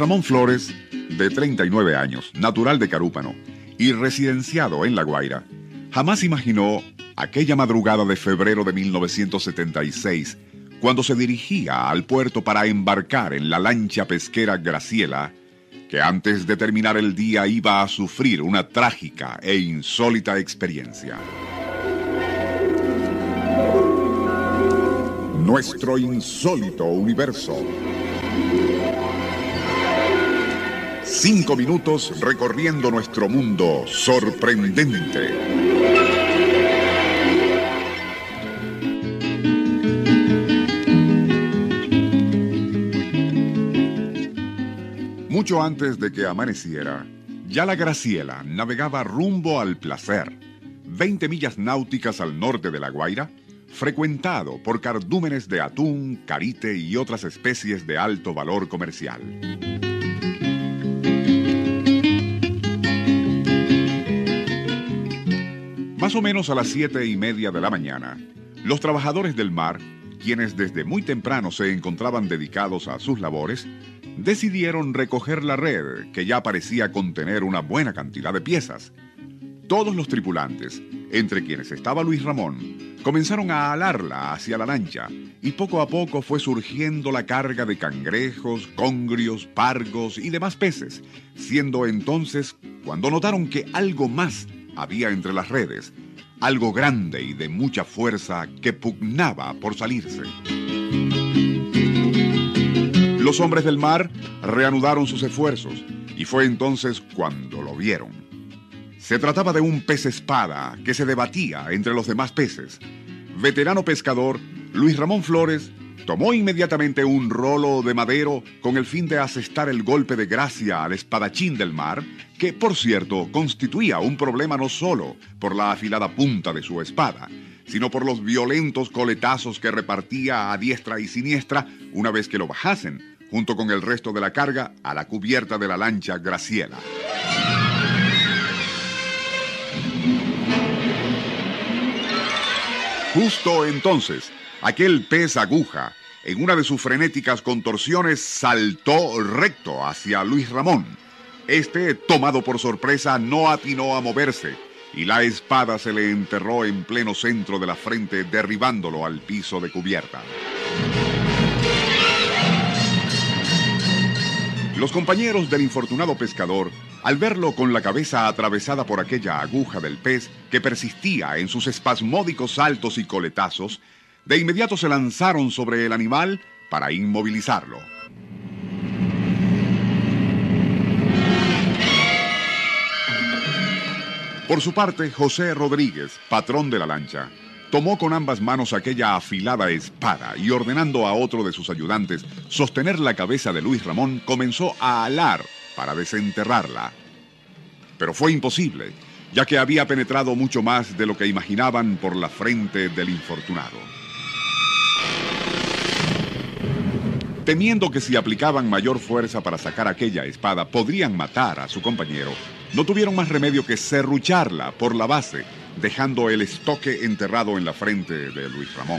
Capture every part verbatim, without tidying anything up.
Ramón Flores, de treinta y nueve años, natural de Carúpano y residenciado en La Guaira, jamás imaginó aquella madrugada de febrero de mil novecientos setenta y seis, cuando se dirigía al puerto para embarcar en la lancha pesquera Graciela, que antes de terminar el día iba a sufrir una trágica e insólita experiencia. Nuestro insólito universo. Cinco minutos recorriendo nuestro mundo sorprendente. Mucho antes de que amaneciera, ya la Graciela navegaba rumbo al Placer, veinte millas náuticas al norte de La Guaira, frecuentado por cardúmenes de atún, carite y otras especies de alto valor comercial. Más o menos a las siete y media de la mañana, los trabajadores del mar, quienes desde muy temprano se encontraban dedicados a sus labores, decidieron recoger la red, que ya parecía contener una buena cantidad de piezas. Todos los tripulantes, entre quienes estaba Luis Ramón, comenzaron a alarla hacia la lancha, y poco a poco fue surgiendo la carga de cangrejos, congrios, pargos y demás peces, siendo entonces cuando notaron que algo más había entre las redes, algo grande y de mucha fuerza que pugnaba por salirse. Los hombres del mar reanudaron sus esfuerzos, y fue entonces cuando lo vieron. Se trataba de un pez espada que se debatía entre los demás peces. Veterano pescador, Luis Ramón Flores tomó inmediatamente un rolo de madero con el fin de asestar el golpe de gracia al espadachín del mar, que, por cierto, constituía un problema no solo por la afilada punta de su espada, sino por los violentos coletazos que repartía a diestra y siniestra una vez que lo bajasen, junto con el resto de la carga, a la cubierta de la lancha Graciela. Justo entonces, aquel pez aguja, en una de sus frenéticas contorsiones, saltó recto hacia Luis Ramón. Este, tomado por sorpresa, no atinó a moverse, y la espada se le enterró en pleno centro de la frente, derribándolo al piso de cubierta. Los compañeros del infortunado pescador, al verlo con la cabeza atravesada por aquella aguja del pez que persistía en sus espasmódicos saltos y coletazos, de inmediato se lanzaron sobre el animal para inmovilizarlo. Por su parte, José Rodríguez, patrón de la lancha, tomó con ambas manos aquella afilada espada y, ordenando a otro de sus ayudantes sostener la cabeza de Luis Ramón, comenzó a alar para desenterrarla. Pero fue imposible, ya que había penetrado mucho más de lo que imaginaban por la frente del infortunado. Temiendo que si aplicaban mayor fuerza para sacar aquella espada podrían matar a su compañero, no tuvieron más remedio que serrucharla por la base, dejando el estoque enterrado en la frente de Luis Ramón.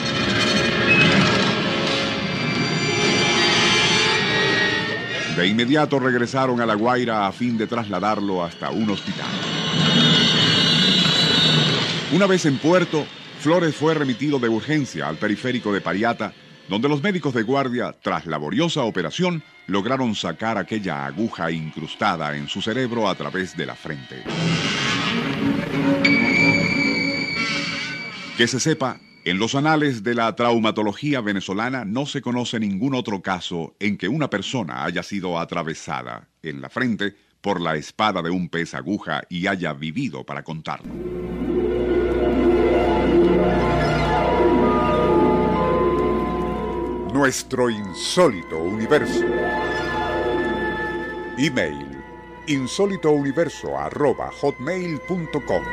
De inmediato regresaron a La Guaira a fin de trasladarlo hasta un hospital. Una vez en puerto, Flores fue remitido de urgencia al periférico de Pariata, donde los médicos de guardia, tras laboriosa operación, lograron sacar aquella aguja incrustada en su cerebro a través de la frente. Que se sepa, en los anales de la traumatología venezolana no se conoce ningún otro caso en que una persona haya sido atravesada en la frente por la espada de un pez aguja y haya vivido para contarlo. Nuestro insólito universo. Email insólitouniverso arroba hotmail punto com.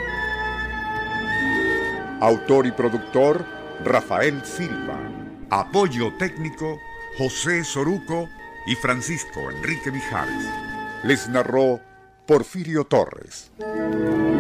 Autor y productor Rafael Silva. Apoyo técnico José Soruco y Francisco Enrique Mijares. Les narró Porfirio Torres.